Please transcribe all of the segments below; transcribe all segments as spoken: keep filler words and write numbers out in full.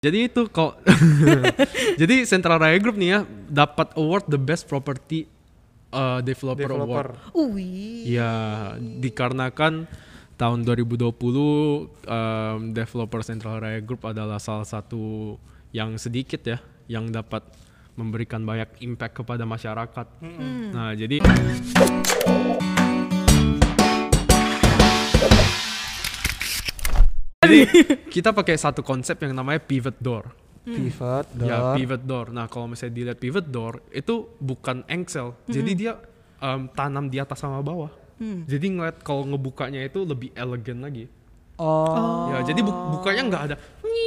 Jadi itu kok. Jadi Central Raya Group nih ya dapat award the best property uh, developer, Developer. award. Wih. Ya, dikarenakan tahun dua ribu dua puluh um, developer Central Raya Group adalah salah satu yang sedikit ya yang dapat memberikan banyak impact kepada masyarakat. Hmm. Nah, jadi Jadi kita pakai satu konsep yang namanya pivot door. Pivot door. Ya, pivot door. Nah, kalau misalnya dilihat pivot door itu bukan engsel. Mm-hmm. Jadi dia um, tanam di atas sama bawah. Mm. Jadi ngeliat kalau ngebukanya itu lebih elegan lagi. Oh. Ya, jadi bu- bukanya nggak ada.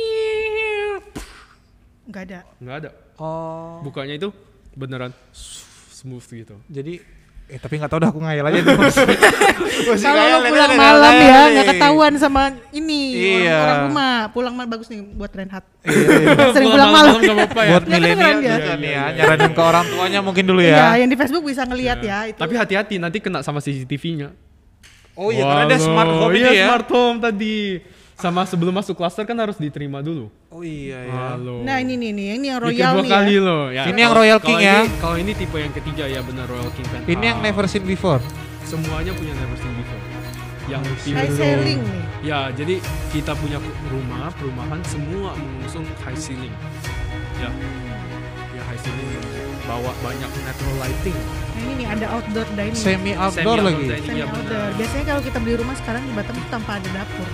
Nggak ada. Nggak ada. Oh. Bukanya itu beneran smooth gitu. Jadi eh tapi nggak tahu dah, aku ngayal aja nih. Kalau lo pulang malam ya nggak ketahuan sama ini iya. orang rumah. Pulang malam bagus nih buat Reinhardt. Iya. Sering pulang malam. Nggak apa-apa ya. Buat milenial ya. juga nih ya, nyaranin ke orang tuanya mungkin dulu Iya, ya. yang di Facebook bisa ngelihat ya. Itu. Tapi hati-hati nanti kena sama C C T V-nya. Oh iya, karena ada smart home iya, ini ya. Smart home tadi. Sama sebelum masuk klaster kan harus diterima dulu. Oh iya ya. Halo. Nah ini nih nih, ini yang Ini royal kedua nih kali ya. loh. Ya, Ini yang Royal King kalau ya. Ini, kalau ini tipe yang ketiga ya benar Royal King Penthouse. Ini yang never seen before. Semuanya punya never seen before. Yang High ceiling nih. Ya, jadi kita punya rumah, perumahan semua mengusung high ceiling. Ya. Ya high ceiling bawa banyak natural lighting. Nah ini nih ada outdoor dining. Semi outdoor Semi lagi. dining, Semi ya outdoor. benar. Biasanya kalau kita beli rumah sekarang di Batam itu tanpa ada dapur.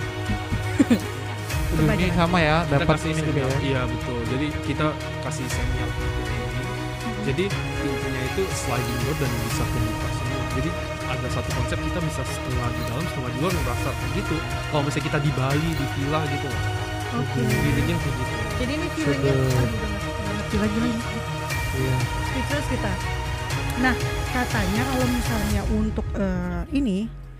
Udah, ini sama ya, Kita dapat kasih ini semi juga ya. out- Iya betul. Jadi kita kasih semi outdoor ini. Jadi pintunya itu sliding door dan bisa kebuka semua. Jadi ada satu konsep kita bisa setengah di dalam, setengah di luar, ngerasa gitu. Kalau misalnya kita di Bali, di villa gitu loh. Oke. Feelingnya kayak gitu. Jadi ini feelingnya Sudah. aduh, udah nggak ngerti lagi lagi. Iya. Speechless kita. Nah katanya kalau misalnya untuk eh, ini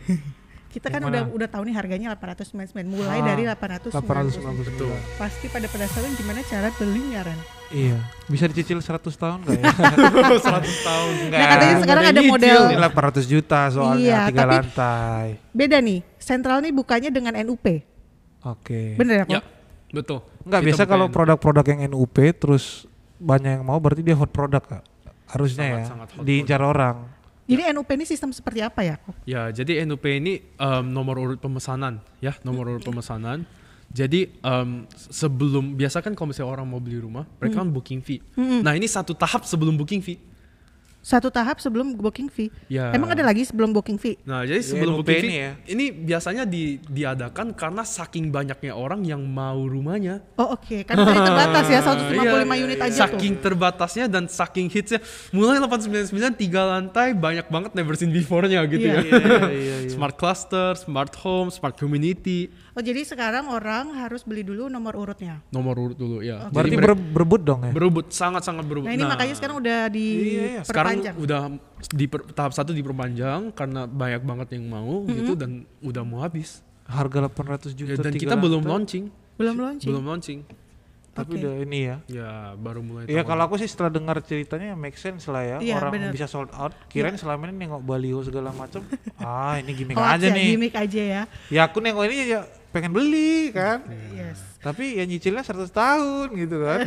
kita kan Yang udah mana? udah tahu nih harganya delapan ratus sembilan puluh sembilan mulai Ah, dari delapan ratus delapan ratus sembilan sembilan puluh. puluh sembilan. Pasti pada penasaran gimana cara belinya Ren. Iya. Bisa dicicil seratus tahun enggak ya? seratus tahun. Nah katanya sekarang ada model Ini delapan ratus juta soalnya, Iya, tiga tapi- lantai. beda nih. Sentral nih bukanya dengan N U P. Oke. Bener ya kok? Ya, betul. Enggak, Kita biasa kalau bukain. produk-produk yang N U P terus banyak yang mau berarti dia hot product Kak. Harusnya Sangat- ya. sangat hot Diincar orang. Jadi N U P ini sistem seperti apa ya kok? Ya, jadi N U P ini um, nomor urut pemesanan, ya, nomor urut pemesanan. Jadi um, sebelum biasa kan kalau misalnya orang mau beli rumah, mereka kan booking fee. Nah ini satu tahap sebelum booking fee. Satu tahap sebelum booking fee. Ya. Emang ada lagi sebelum booking fee? Nah jadi sebelum N U P booking ini fee, ya. ini biasanya di, diadakan karena saking banyaknya orang yang mau rumahnya. Oh oke, kan tadi terbatas ya seratus lima puluh lima Iya, unit aja saking tuh. terbatasnya dan saking hitsnya, mulai delapan ratus sembilan puluh sembilan tiga lantai banyak banget never seen before-nya gitu Iya. ya. Iya, iya, iya. Smart cluster, smart home, smart community, Oh jadi sekarang orang harus beli dulu nomor urutnya. nomor urut dulu ya. Jadi Berarti mereka ber- berebut dong ya? berebut, sangat-sangat berebut. Nah ini makanya sekarang udah Iya, iya. sekarang diperpanjang. udah di per- tahap satu diperpanjang karena banyak banget yang mau gitu dan udah mau habis. Harga delapan ratus Ya, juta dan tiga kita belum lantai, launching, Belum launching. belum launching. Tapi Oke. udah ini ya. Ya baru mulai. Iya, tahun. kalau aku sih setelah dengar ceritanya make sense lah ya. Iya, Orang bener. bisa sold out. Kirain selama ini nengok baliho segala macam. Ah, ini gimmick Hoax aja ya, nih. gimmick aja ya. Ya aku nengok ini ya pengen beli kan. Yes. Tapi ya nyicilnya seratus tahun gitu kan.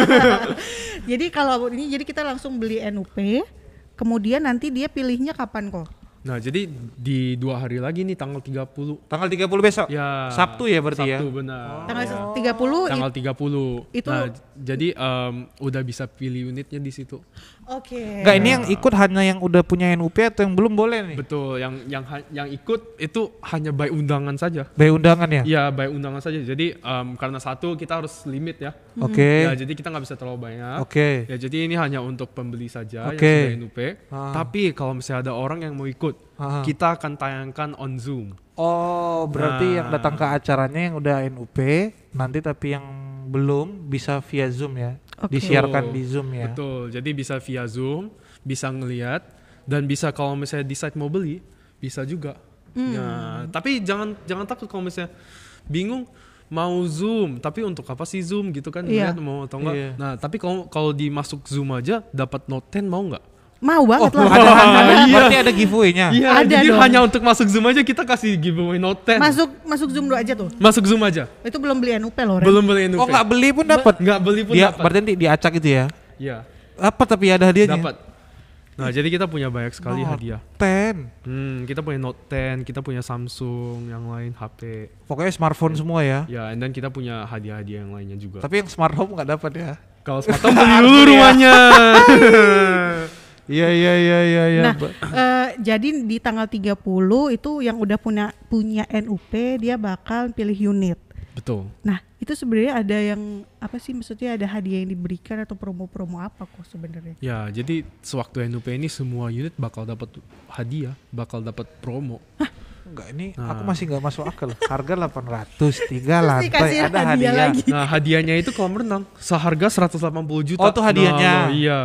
Jadi kalau ini jadi kita langsung beli N U P, kemudian nanti dia pilihnya kapan kok? Nah jadi di dua hari lagi nih tanggal tiga puluh. Tanggal tiga puluh besok. Ya. Sabtu ya berarti ya? Sabtu benar. Tanggal Ya. tiga puluh Tanggal tiga puluh. itu- Nah, jadi um, udah bisa pilih unitnya di situ. Oke. Enggak, ini yang ikut hanya yang udah punya N U P atau yang belum boleh nih? Betul, yang yang ha- yang ikut itu hanya by undangan saja. By undangan ya? Iya, by undangan saja. Jadi um, karena satu kita harus limit ya. Oke. Ya, jadi kita nggak bisa terlalu banyak. Oke. Ya, jadi ini hanya untuk pembeli saja Oke. yang sudah N U P. Ah. Tapi kalau misalnya ada orang yang mau ikut, Ah. kita akan tayangkan on Zoom. Oh, berarti Nah. yang datang ke acaranya yang udah N U P nanti, tapi yang belum bisa via Zoom ya. Oke. Disiarkan Betul. di Zoom ya. Betul. Jadi bisa via Zoom, bisa ngelihat dan bisa kalau misalnya decide mau beli, bisa juga. Hmm. Ya, tapi jangan jangan takut kalau misalnya bingung mau Zoom, tapi untuk apa sih Zoom gitu kan? Iya. Lihat mau atau enggak. Iya. Nah, tapi kalau kalau dimasuk Zoom aja dapat Note ten mau nggak? Mau banget Oh, lah. wah, Ada, ada. iya. Berarti ada giveaway-nya. Iya, Ada jadi dong. hanya untuk masuk Zoom aja kita kasih giveaway Note ten. Masuk masuk Zoom dulu aja tuh. Masuk Zoom aja. Itu belum beli N U P loh, Ren. Belum beli N U P. Oh nggak beli pun dapat. Nggak beli pun Dia dapat. berarti nanti diacak gitu ya. Iya, Apa tapi ada hadiahnya? dapat. Nah, jadi kita punya banyak sekali Note hadiah. ten. Hmm, kita punya Note ten, kita punya Samsung, yang lain H P. Pokoknya smartphone semua ya. Ya, and then kita punya hadiah-hadiah yang lainnya juga. Tapi yang smart home nggak dapat ya. Kalau sepatu beli dulu rumahnya. Iya iya iya iya iya. Nah, eh, jadi di tanggal tiga puluh itu yang udah punya punya N U P dia bakal pilih unit. Betul. Nah, itu sebenarnya ada yang apa sih, maksudnya ada hadiah yang diberikan atau promo-promo apa kok sebenarnya? Ya, jadi sewaktu N U P ini semua unit bakal dapat hadiah, bakal dapat promo. Enggak, ini Nah. aku masih nggak masuk akal. Harga delapan ratus, tiga Terus lantai dikasih ada hadiah hadiah. lagi. Nah, hadiahnya itu kalau menang seharga seratus delapan puluh juta. Oh, itu hadiahnya. Nah, iya.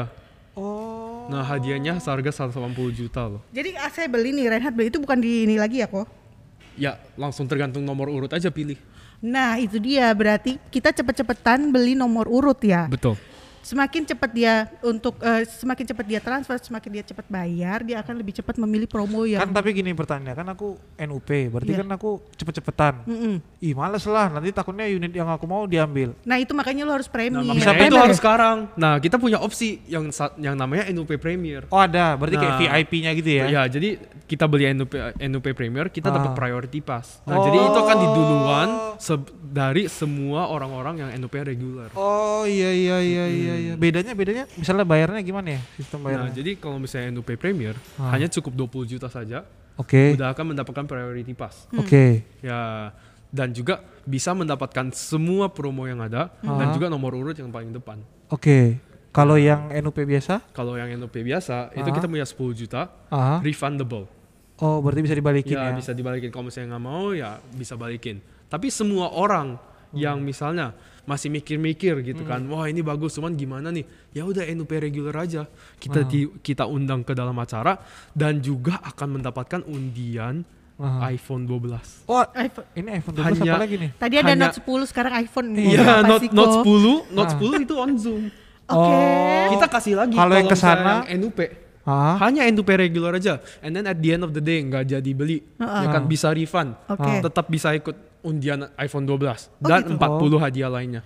Oh. Nah, hadiahnya seharga seratus delapan puluh juta loh. Jadi ah, saya beli nih, Reinhard beli itu bukan di ini lagi ya kok. Ya, langsung tergantung nomor urut aja pilih. Nah, itu dia berarti kita cepet-cepetan beli nomor urut ya. Betul. Semakin cepat dia untuk eh, semakin cepat dia transfer, semakin dia cepat bayar, dia akan lebih cepat memilih promo yang Kan tapi gini pertanyaan, kan aku N U P, berarti Iya. kan aku cepet-cepetan. Mm-mm. Ih males lah, nanti takutnya unit yang aku mau diambil. Nah, itu makanya lo harus premi. Nah, Bisa makanya itu Premier harus ya? sekarang. Nah, kita punya opsi yang sa- yang namanya N U P Premier. Oh ada, berarti kayak Nah, V I P-nya gitu ya? Ya, jadi kita beli N U P N U P Premier, kita Ah. dapat priority pass. Nah, Oh. jadi itu akan diduluan se- dari semua orang-orang yang N U P reguler. Oh iya iya iya iya. iya. Bedanya bedanya, misalnya bayarnya gimana ya sistem Nah, bayarnya? jadi kalau misalnya N U P Premier Ah. hanya cukup dua puluh juta saja, Oke udah akan mendapatkan priority pass. oke. Ya, dan juga bisa mendapatkan semua promo yang ada dan Ah. juga nomor urut yang paling depan. Oke. Kalau yang N U P biasa? Kalau yang N U P biasa itu Ah. kita punya sepuluh juta Ah. refundable. Oh berarti bisa dibalikin Ya, ya? bisa dibalikin. Kalau misalnya nggak mau ya bisa balikin. Tapi semua orang yang misalnya masih mikir-mikir gitu kan, wah ini bagus, cuman gimana nih? Ya udah N U P regular aja. Kita Ah. di- kita undang ke dalam acara dan juga akan mendapatkan undian Ah. iPhone dua belas. Oh iPhone. ini iPhone dua belas Hanya- apa lagi nih? Tadi ada Hanya- Note sepuluh, sekarang iPhone. Iya, Apa Note sih, Note kok? sepuluh, Note Ah. sepuluh itu on Zoom. Oke. Oh. Kita kasih lagi Kalau yang misalnya kesana? yang N U P. Ah. Hanya N U P regular aja. And then at the end of the day nggak jadi beli, Heeh. ya kan bisa refund. Oke. Tetap bisa ikut undian iPhone dua belas Oh, dan gitu. empat puluh hadiah lainnya.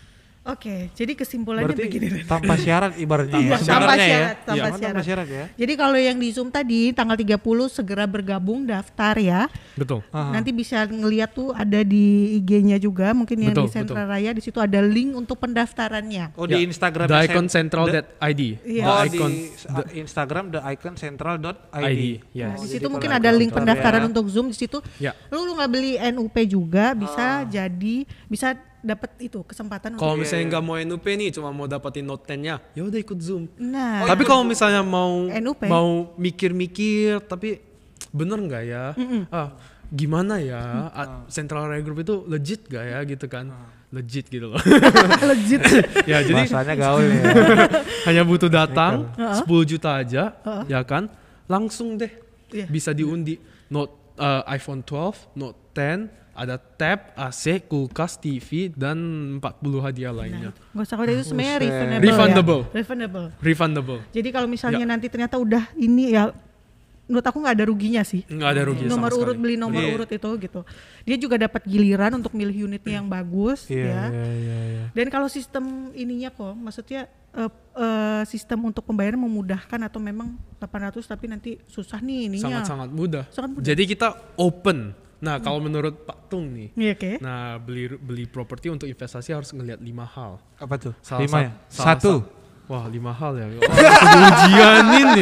Oke, jadi kesimpulannya Berarti begini. Ren. tanpa syarat ibaratnya ya? Tanpa Sebenarnya syarat, tanpa Iya, syarat. tanpa syarat ya? Jadi kalau yang di Zoom tadi tanggal tiga puluh segera bergabung daftar ya. Betul. Ah. Nanti bisa ngeliat tuh ada di I G-nya juga, mungkin yang Betul, di Sentra Raya, di situ ada link untuk pendaftarannya. Oh di Ya, Instagram the icon central dot I D. Iya. Oh The icon di uh, Instagram the icon central dot I D. Yes. Nah, di jadi situ kalau mungkin ada ada link daftar pendaftaran ya. untuk Zoom di situ. Ya. Lu lu nggak beli N U P juga bisa Ah. jadi bisa dapat itu kesempatan Kalau untuk. misalnya nggak mau N U P nih, cuma mau dapetin Note ten-nya, ya udah ikut Zoom. Nah, Tapi kalau misalnya mau N U P. mau mikir-mikir, tapi bener nggak ya? Ah, gimana ya? Ah, Central Raya Group itu legit gak ya gitu kan? Legit gitu loh. legit. Ya jadi Bahasanya gaul ya. hanya butuh datang Heeh. sepuluh juta aja, ya kan? Langsung deh Iya. bisa diundi. Note uh, iPhone twelve, Note ten, ada tab, A C, kulkas, T V, dan empat puluh hadiah lainnya. Gak usah khawatir, itu sebenarnya Buset. refundable. Refundable. Ya? Refundable. Refundable. Jadi kalau misalnya Ya. nanti ternyata udah ini ya, menurut aku nggak ada ruginya sih. Nggak ada rugi Nomor sama urut sekali. beli nomor Iya. urut itu gitu. Dia juga dapat giliran untuk milih unitnya yang bagus Iya ya. iya iya. iya. Dan kalau sistem ininya kok, maksudnya eh, eh, sistem untuk pembayaran memudahkan atau memang delapan ratus tapi nanti susah nih ininya. Sangat-sangat mudah. Sangat mudah. Jadi kita open. Nah, kalau menurut Pak Tung nih, Iya oke. nah beli beli properti untuk investasi harus ngelihat lima hal. Apa tuh? Salah Lima sat- ya? salah Satu. sat- Wah, lima hal ya. Oh, aku ujian ini.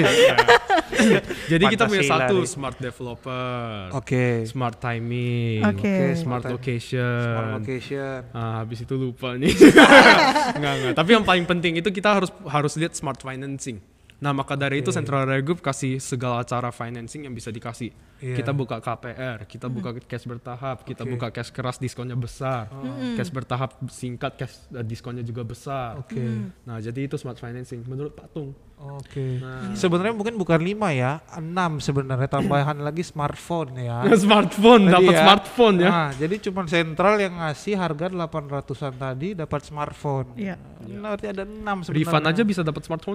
Jadi kita punya Pancasila satu, nih. smart developer, Oke. smart timing, Oke. smart Smart location. Smart location. Ah, habis itu lupa nih. Enggak, enggak. Tapi yang paling penting itu kita harus harus lihat smart financing. Nah, maka dari itu Central Raya Group kasih segala cara financing yang bisa dikasih. Iya. Kita buka K P R, kita buka cash bertahap, kita Oke. buka cash keras diskonnya besar. Cash bertahap singkat, cash uh, diskonnya juga besar. Oke. Nah, jadi itu smart financing menurut Pak Tung. Oke. Nah. Sebenarnya mungkin bukan lima ya, enam sebenarnya tambahan lagi smartphone ya. Smartphone, Tadi dapat ya. smartphone ya. Nah, jadi cuma sentral yang ngasih harga delapan ratusan tadi dapat smartphone. Iya. Nah, berarti ada enam sebenarnya. Refund aja bisa dapat smartphone-nya.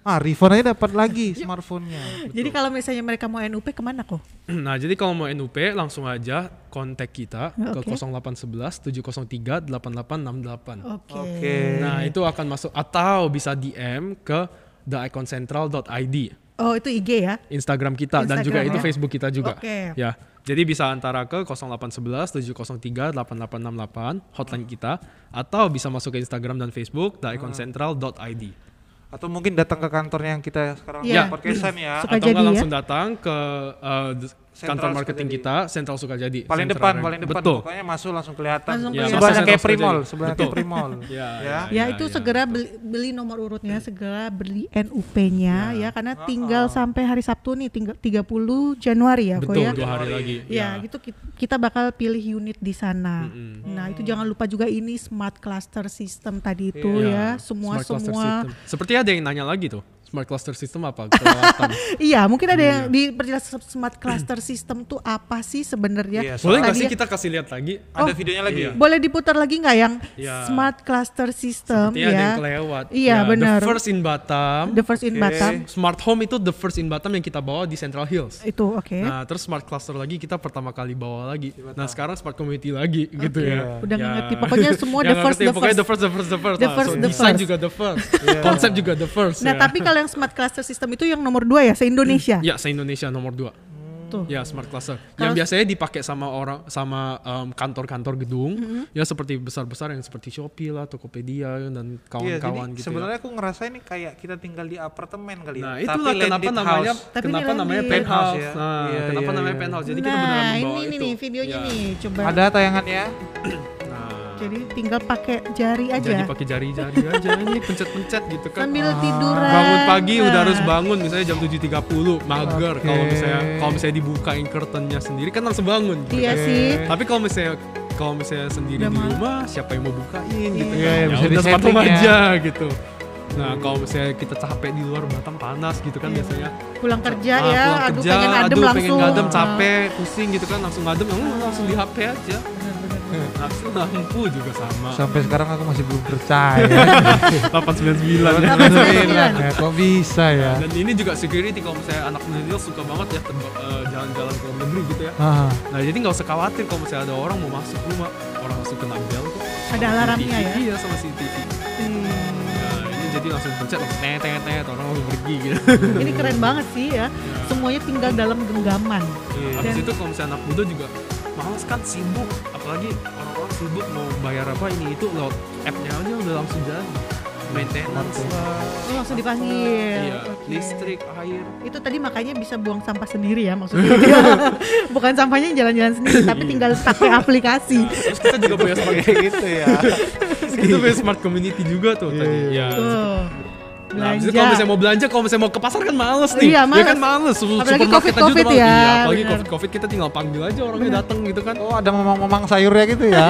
Ah, refund aja dapat lagi smartphone-nya. Jadi kalau misalnya mereka mau N U P kemana kok? Nah, jadi kalau mau N U P langsung aja kontak kita Oke. ke nol delapan satu satu tujuh nol tiga delapan delapan enam delapan. Oke. Oke. Nah, itu akan masuk atau bisa D M ke the icon central dot I D. Oh, itu I G ya? Instagram kita dan Instagram juga itu ya? Facebook kita juga. Oke. Ya. Jadi bisa antara ke nol delapan satu satu tujuh nol tiga delapan delapan enam delapan hotline kita atau bisa masuk ke Instagram dan Facebook the icon central dot I D. Atau mungkin datang ke kantornya yang kita sekarang Iya. podcastan ya. Suka Atau jadi nggak ya? langsung datang ke uh, d- Sentral kantor marketing Sukajadi. kita Sentral Sukajadi. Paling Sentral depan, Rank. paling depan. Betul. Pokoknya masuk langsung kelihatan. Langsung Ya, kelihatan. Sebelahnya Sentral kayak Sukajadi. Primol, sebelahnya Betul. kayak Primol. Ya, Ya. Ya, itu segera beli, beli nomor urutnya, segera beli N U P-nya ya, karena tinggal sampai hari Sabtu nih, tinggal tiga puluh Januari ya, kok Betul, ya. dua hari lagi. Ya, gitu ki- kita bakal pilih unit di sana. Mm-mm. Nah, itu jangan lupa juga ini smart cluster system tadi itu Ya, ya, semua Smart Cluster semua. System. Seperti ada yang nanya lagi tuh, Smart Cluster System apa? Kelewatan. Iya, mungkin ada yang diperjelas smart cluster system tuh apa sih sebenarnya? Iya, Boleh nggak Tadi sih ya- kita kasih lihat lagi? Ada Oh, videonya lagi. iya. Boleh diputar lagi nggak yang Ya. smart cluster system Seperti ada yang ya? kelewat. Iya, Ya, benar. The first in Batam. The first in Oke. Batam. Smart Home itu the first in Batam yang kita bawa di Central Hills. Itu oke. Nah, terus Smart Cluster lagi kita pertama kali bawa lagi. Nah, sekarang Smart Community lagi gitu ya. Udah Ya. ngerti. Pokoknya semua the Yang first, ngerti, the pokoknya first. the first, the first, the first. The Nah, first, so the desain first. juga the first. Konsep juga the first. Nah, ya. tapi kalau yang smart cluster system itu yang nomor dua ya, se-Indonesia. Ya, se-Indonesia nomor dua. Tuh. Ya, smart cluster. Kalau- Yang biasanya dipakai sama orang sama em, kantor-kantor gedung, ya seperti besar-besar yang seperti Shopee lah, Tokopedia dan Iya, kawan-kawan jadi gitu. sebenarnya ya. aku ngerasa ini kayak kita tinggal di apartemen kali ya. Nah, Tapi itulah kenapa landed namanya house. Tapi kenapa ini namanya landed. penthouse. Penthouse ya. Nah, Iya, kenapa iya, namanya iya. penthouse? Jadi kita benar Nah, membawa ini itu. nih, nih videonya Ya. nih, coba. Ada tayangannya. Nah, Jadi tinggal pakai jari aja. jadi pakai jari-jari aja ini pencet-pencet gitu kan. Sambil Ah. tiduran. Bangun pagi udah Nah. harus bangun misalnya jam tujuh tiga puluh mager Oke. kalau misalnya kalau misalnya dibukain curtainnya sendiri kan langsung bangun gitu. Iya Oke. sih. Tapi kalau misalnya kalau misalnya sendiri Udah di malam. rumah siapa yang mau bukain gitu Iya, kan. iya, Ya bisa udah di-setting sepatu ya. aja gitu. Nah, kalau misalnya kita capek di luar Batam panas gitu kan Iya. biasanya. Pulang kerja Ah, ya, pulang aduh kerja, pengen adem aduh, langsung. pengen ngadem, Ah. capek, pusing gitu kan langsung ngadem, ya udah, langsung di H P aja. Benar, benar, benar. Langsung lampu juga sama. Sampai sekarang aku masih belum percaya. delapan sembilan sembilan ya. delapan sembilan sembilan. ya, kok bisa ya? Dan ini juga security kalau misalnya anak milenial suka banget ya terba- eh, jalan-jalan ke luar negeri gitu ya. Ah, Nah jadi nggak usah khawatir kalau misalnya ada orang mau masuk rumah, orang langsung kena bel kok. Ada Sama alarmnya C C T V, ya? Iya sama C C T V. Hmm. Nah ini jadi langsung pencet langsung tet tet tet orang langsung pergi gitu. Ini keren banget sih ya. Semuanya tinggal dalam genggaman. iya. Habis Dan- itu kalau misalnya anak muda juga males kan sibuk, apalagi orang-orang sibuk mau bayar apa ini itu lewat app-nya aja udah langsung jalan. Maintenance lah. Oh, langsung dipanggil. Iya, Oke. listrik, air. Itu tadi makanya bisa buang sampah sendiri ya maksudnya. Bukan sampahnya jalan-jalan sendiri, tapi tinggal pakai aplikasi. Terus kita juga punya smart Kayak gitu ya. kita punya smart community juga tuh tadi. Ya. Tuh. Nah, Belanja. abis itu kalau misalnya mau belanja, kalau misalnya mau ke pasar kan males nih. Iya, Ya males. kan males. Su- Apalagi supermarket aja COVID-COVID udah males. ya, Iya, apalagi bener. covid-covid kita tinggal panggil aja orangnya datang gitu kan. Oh, ada mamang-mamang sayurnya gitu ya.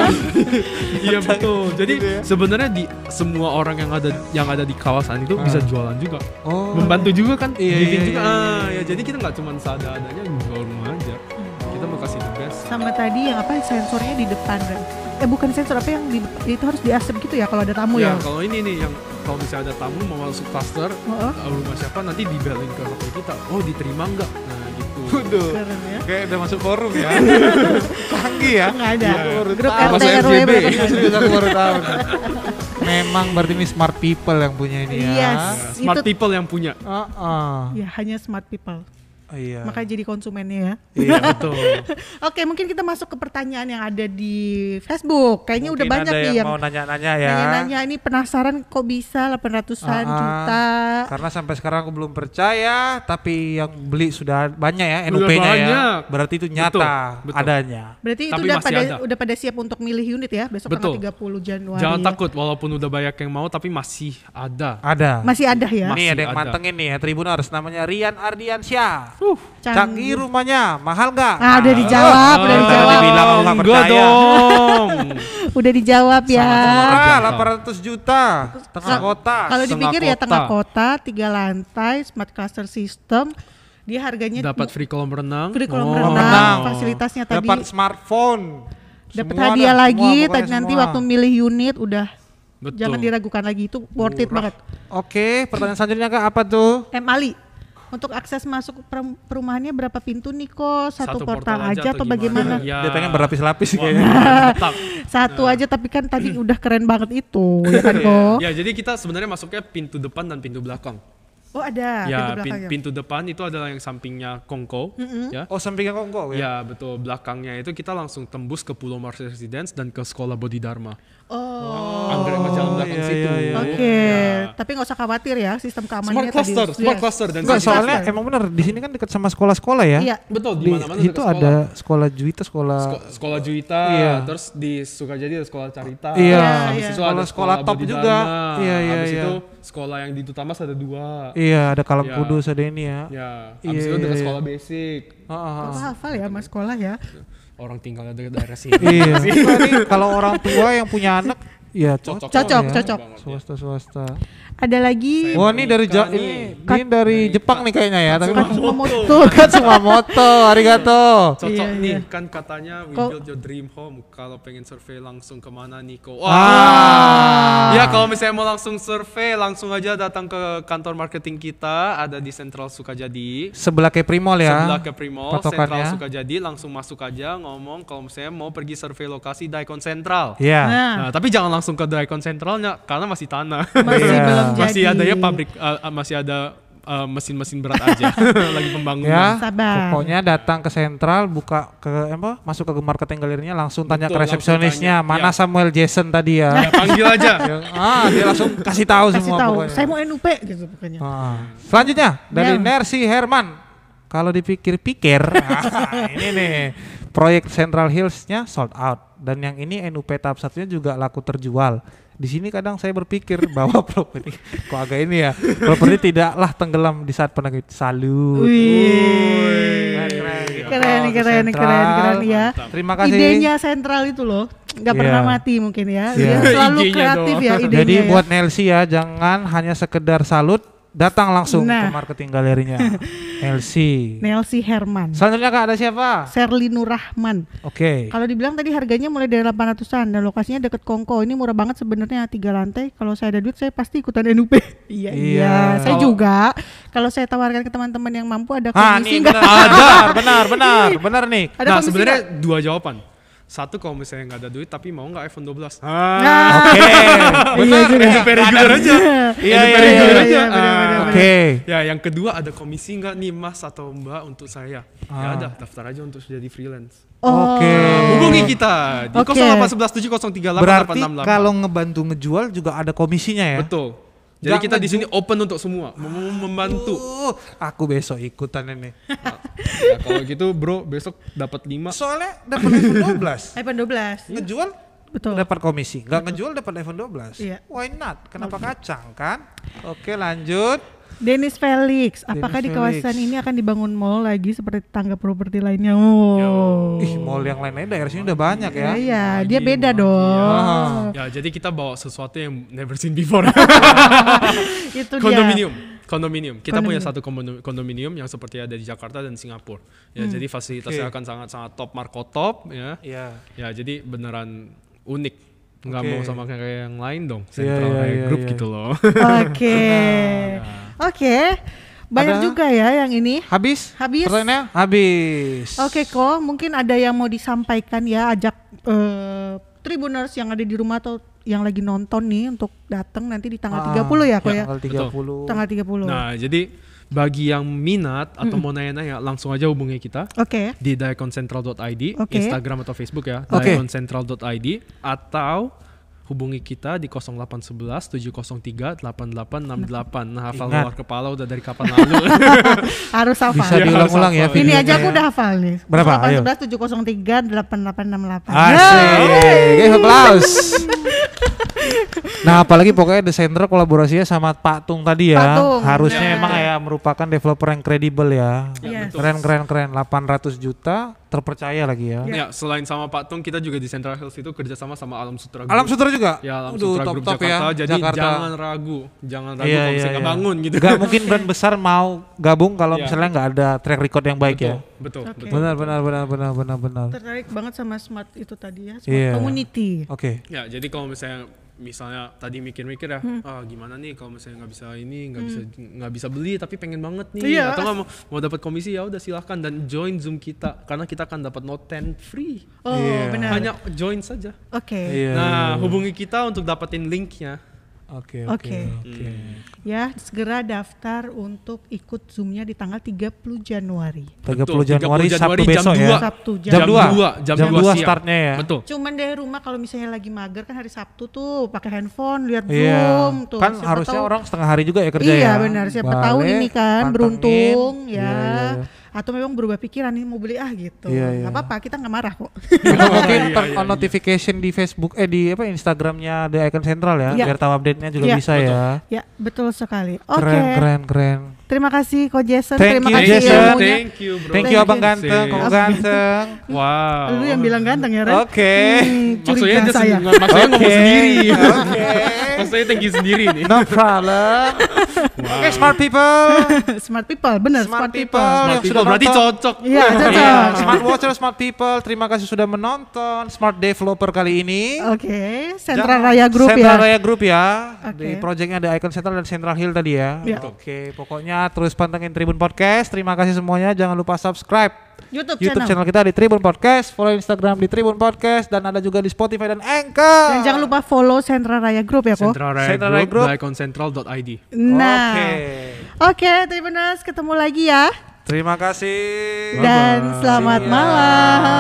Iya betul. Jadi Gitu ya. sebenarnya di semua orang yang ada yang ada di kawasan itu Ah. bisa jualan juga. Oh. Membantu juga kan. Iya, Giving iya, juga. iya, Ah, ya jadi kita nggak cuma seadanya jual rumah aja. Kita mau kasih the best. Sama tadi yang apa sensornya di depan kan? Eh bukan sensor apa yang di, itu harus di asap gitu ya kalau ada tamu Ya ya? kalau ini nih yang kalau misalnya ada tamu mau masuk cluster Oh, uh, rumah siapa nanti dibelin ke H P kita. Oh diterima nggak? Nah gitu. Waduh. keren ya. Kayak udah masuk forum ya. Canggih ya. Nggak ada. Aku baru Grup tahu. R T Masuk R W F J B. berarti. Iya, serius aku baru tahu. Memang berarti ini smart people yang punya ini ya. Yes. Smart Itu- people yang punya. Ah, ah. Ya hanya smart people. Oh, iya. Makanya jadi konsumennya ya. Iya. Betul. Oke, mungkin kita masuk ke pertanyaan yang ada di Facebook. Kayaknya udah Mungkin banyak ada nih yang yang mau nanya-nanya ya. nanya-nanya ini penasaran kok bisa delapan ratusan Ah, ah. juta. Karena sampai sekarang aku belum percaya, tapi yang beli sudah banyak ya N U Udah P-nya ya. banyak. Berarti itu nyata Betul, betul. adanya. Berarti itu Tapi udah masih pada ada. udah pada siap untuk milih unit ya besok Betul. tanggal tiga puluh Januari. Jangan ya. takut walaupun udah banyak yang mau tapi masih ada. Ada. Masih ada ya. Mas- Nih ada yang ada. mantengin nih ya Tribuners, namanya Rian Ardiansyah. Uh, Canggih rumahnya, mahal gak? Ah, udah dijawab, udah Ah, dijawab. dibilang aku nggak Enggak percaya. dong. Udah dijawab ya. Sama-sama. Murah, Terjangkau. delapan ratus juta, tengah Ka- kota. Kalau Setengah dipikir ya kota. tengah kota, tiga lantai, smart cluster system, dia harganya Dapat free kolam renang. free kolam Oh. renang, renang. fasilitasnya tadi Dapat smartphone. dapat Semua hadiah dah, lagi. semua, pokoknya Tadi nanti semua. waktu milih unit udah Betul. Jangan diragukan lagi, itu worth it Murah. banget. Oke, pertanyaan selanjutnya Kak apa tuh? M Ali, untuk akses masuk per- perumahannya berapa pintu nih kok? Satu, Satu portal, portal aja aja atau atau bagaimana? gimana? Ya. Dia pengen berlapis-lapis Wah, kayaknya. mantap. Satu aja, tapi kan tadi udah keren banget itu, ya kan kok? Ya, jadi kita sebenarnya masuknya pintu depan dan pintu belakang. Oh ada pintu Ya, pin- belakangnya. pintu depan itu adalah yang sampingnya Kongko, ya. Oh, sampingnya Kongko ya? Ya, betul. Belakangnya itu kita langsung tembus ke Pulau Mars Residence dan ke Sekolah Bodhidharma. Oh, Anggrek Mas jalan belakang iya, situ. iya, iya. oke. Ya. Tapi nggak usah khawatir ya, sistem Smart keamanannya cluster, tadi. smart Yes. cluster dan Enggak, safety soalnya cluster. emang bener di sini kan dekat sama sekolah-sekolah ya. Iya. betul di Di, mana-mana itu dekat sekolah. ada sekolah Juwita, sekolah Sko- sekolah Juwita, Iya. terus di Sukajadi ada sekolah Carita. Iya, Habis iya. itu ada Sekolah-sekolah top Bodhidharma. juga. Iya, iya, Habis iya. itu sekolah yang di Tutamas ada dua. Iya, ada Kalam Iya. Kudus, ada ini ya. Ya, Iya, habis itu iya, dekat iya. sekolah basic. Ah, ah, Bapak ah. hafal ya mas sekolah ya. Orang tinggalnya dekat daerah sini. Iya. Enggak, nih, kalau orang tua yang punya anak ya cocok. Cocok, ya. cocok. Swasta swasta. Ada lagi Wah, ini dari Ja- Nika ini, nih. ini dari Jepang nih kayaknya ya, tapi Kumamoto. kan Sumamoto, arigato. Cocok Iya, nih, iya. kan katanya we Kok- build your dream home. Kalau pengen survei langsung kemana Niko? Ah. Wah. Ya kalau misalnya mau langsung survei, langsung aja datang ke kantor marketing kita, ada di Sentral Sukajadi. Sebelah kayak Primol ya. Sebelah ke Primol, patokannya. Sentral Sukajadi, langsung masuk aja ngomong kalau misalnya mau pergi survei lokasi Daikon Sentral. Iya. Nah, Nah, tapi jangan langsung ke Daikon Sentralnya karena masih tanah. masih Iya. belum jadi. masih ada ya pabrik, uh, uh, masih ada uh, mesin-mesin berat aja lagi pembangunan. Ya, Sabar. pokoknya datang ke sentral, buka ke apa, masuk ke marketing galerinya, langsung tanya Betul, ke resepsionisnya, langsung mana tanya. Ya. Samuel Jason tadi ya. Ya, panggil aja. Ya, ah, dia langsung kasih tahu Kasih semua tahu, pokoknya. saya mau N U P gitu pokoknya. Ah. Selanjutnya dari Mel. Nersi Herman. Kalau dipikir-pikir, ah, ini nih proyek Central Hills-nya sold out dan yang ini N U P tahap satunya juga laku terjual. Di sini kadang saya berpikir bahwa properti kok agak ini ya, properti tidaklah tenggelam di saat penerbit. Salut. Wih. Keren, keren, gitu. Keren, Oh, ke keren, Sentral. keren, keren ya. Terima kasih. Idenya sentral itu loh, nggak Iya. pernah mati mungkin ya. Iya. Dia selalu Idenya kreatif doang. ya idenya. Jadi ya. buat Nelsi ya, jangan hanya sekedar salut, datang langsung Nah. ke marketing galerinya. Nelsi. Nelsi Herman, Selanjutnya Kak ada siapa? Serli Nurrahman. Oke. Kalau dibilang tadi harganya mulai dari delapan ratusan dan lokasinya deket Kongko. Ini murah banget sebenarnya, tiga lantai. Kalau saya ada duit saya pasti ikutan N U P. Iya, Iya. Saya Kalau- juga. Kalau saya tawarkan ke teman-teman yang mampu ada Ah, komisi nih nggak? benar, benar, benar, benar, benar nih. Ada Nah komisi sebenarnya nggak? dua jawaban. Satu kalau misalnya nggak ada duit tapi mau nggak iPhone dua belas. Nah, Oke, benar. juga. N U P reguler aja. Iya, N U P iya, reguler iya, aja. iya, benar, Ah. benar, Oke. Ya yang kedua ada komisi nggak nih Mas atau Mbak untuk saya? Ya Ah. ada, daftar aja untuk jadi freelance. Oh. Oke. Hubungi kita di Oke. nol delapan satu satu tujuh nol tiga delapan delapan Berarti enam delapan. kalau ngebantu ngejual juga ada komisinya ya? Betul. Jadi Nggak kita di ngeju- sini open untuk semua, mau membantu. Uh, aku besok ikutan ini. Ya, kalau gitu bro besok dapat lima. Soalnya dapat iPhone dua belas. iPhone dua belas. Ngejual Betul. dapat komisi, nggak ngejual dapat iPhone dua belas. Iya. Why not? Kenapa kacang kan? Oke, lanjut. Dennis Felix, apakah Dennis di kawasan Felix. ini akan dibangun mall lagi seperti tangga properti lainnya? Oh. Ih, mall yang lain-lain daerah sini udah banyak ya. Ya, ya, dia Lagi, beda lagi, dong. Ya jadi kita bawa sesuatu yang never seen before. Itu dia. Kondominium. Kondominium. Kita punya Kondominium. satu kondo- kondominium yang seperti ada di Jakarta dan Singapura. Ya jadi fasilitasnya Oke. akan sangat-sangat top marko top ya. Iya. Ya jadi beneran unik. Nggak Oke. mau sama kayak yang lain dong. Iya, Central iya, kayak iya, grup iya. gitu loh. Oke. Oke. Banyak Ada- juga ya yang ini. Habis? Habis. Pertanyaannya habis. Oke kok, mungkin ada yang mau disampaikan ya, ajak eh, Tribuners yang ada di rumah atau yang lagi nonton nih untuk datang nanti di tanggal Ah, tiga puluh ya kok ya. Tanggal tiga puluh. Tanggal tiga puluh. Nah jadi bagi yang minat atau mau nanya-nanya langsung aja hubungi kita Oke. di daikoncentral dot i d, Oke. Instagram atau Facebook ya, Oke. daikoncentral dot i d, atau hubungi kita di nol delapan satu satu tujuh nol tiga delapan delapan enam delapan. Nah, hafal Ingat. luar kepala udah dari kapan lalu. Harus hafal. Bisa Iya, diulang-ulang ya harus hafal. Ini videonya aja aku ya. udah hafal nih. Berapa? delapan Ayo. sebelas tujuh nol tiga delapan delapan enam delapan. Asik. Give applause. Nah, apalagi pokoknya The Central kolaborasinya sama Pak Tung tadi ya. Pak Tung, Harusnya ya. emang ya merupakan developer yang kredibel ya. Yes. betul. Keren keren keren. delapan ratus juta terpercaya lagi ya. Ya, selain sama Pak Tung, kita juga di Central Hills itu kerjasama sama Alam Sutra Group. Alam Sutra juga. Ya, Alam Aduh, Sutra top Group top Jakarta. ya. Jadi Jakarta. jangan ragu, jangan ragu Iya, kalau iya, misalnya nggak iya. bangun gitu. Gak mungkin brand besar mau gabung kalau Iya. misalnya nggak ada track record yang baik ya. Betul, Oke. betul. Benar benar benar benar benar benar. Tertarik banget sama smart itu tadi ya, smart Iya. community. Oke. Ya, jadi kalau misalnya misalnya tadi mikir-mikir ya, Hmm. ah gimana nih kalau misalnya nggak bisa ini, nggak bisa nggak bisa beli tapi pengen banget nih, Iya. atau nggak mau mau dapat komisi, ya udah silahkan dan join Zoom kita karena kita akan dapat note ten free. Oh, Iya. benar. Hanya join saja. Oke. Iya. Nah, hubungi kita untuk dapetin linknya. Oke Oke. oke oke. Ya, segera daftar untuk ikut Zoom-nya di tanggal tiga puluh Januari. tiga Betul, puluh Januari tiga puluh Sabtu Januari, besok jam ya. dua. Sabtu jam, Jam dua. jam Jam dua dua siang. startnya ya. Betul. Cuman dari rumah kalau misalnya lagi mager kan hari Sabtu tuh pakai handphone lihat Iya. Zoom tuh. Kan Siapa harusnya tahu- orang setengah hari juga ya kerja ya. Iya benar, siapa tahu Balik, ini kan pantengin. beruntung ya. Iya, iya. Atau memang berubah pikiran nih mau beli ah gitu. Iya, iya. Gak apa-apa, kita nggak marah kok. Atau mungkin Iya, turn iya, on iya. notification di Facebook eh di apa Instagramnya The Icon Central ya, Iya. biar tahu update-nya juga Iya, bisa betul. ya. Ya, betul sekali. Oke. Keren keren keren. Terima kasih Ko Jason, Thank terima you, kasih Jason. ilmunya. Thank you, bro. Thank Thank you Abang you. ganteng, Sih. Kong ganteng. Wow. Lu yang bilang ganteng ya, Ren? Oke. Hmm, Maksudnya curiga dia saya. sen- maksudnya ngomong Oke. sendiri. Oke. Maksudnya thank you sendiri nih. No problem. Oke, smart people. Smart people, benar Smart smart, people. people. Smart yang people sudah berarti nonton. cocok. Iya, cocok. Iya, smart watcher, smart people. Terima kasih sudah menonton Smart Developer kali ini. Oke, Sentra Jangan- Raya Group Central ya. Raya Group ya. Oke. Di projectnya ada Icon Central dan Central Hill tadi ya. Iya. Oke, pokoknya terus pantengin Tribun Podcast. Terima kasih semuanya. Jangan lupa subscribe YouTube, YouTube channel. channel kita di Tribun Podcast, follow Instagram di Tribun Podcast, dan ada juga di Spotify dan Anchor. Dan jangan lupa follow Sentra Raya Group ya, Ko. Central Raya Central Raya Group, Group. iconcentral dot I D. Nah. Oke. Oke, Tribuners ketemu lagi ya. Terima kasih. Dan Bye-bye. selamat See ya. malam.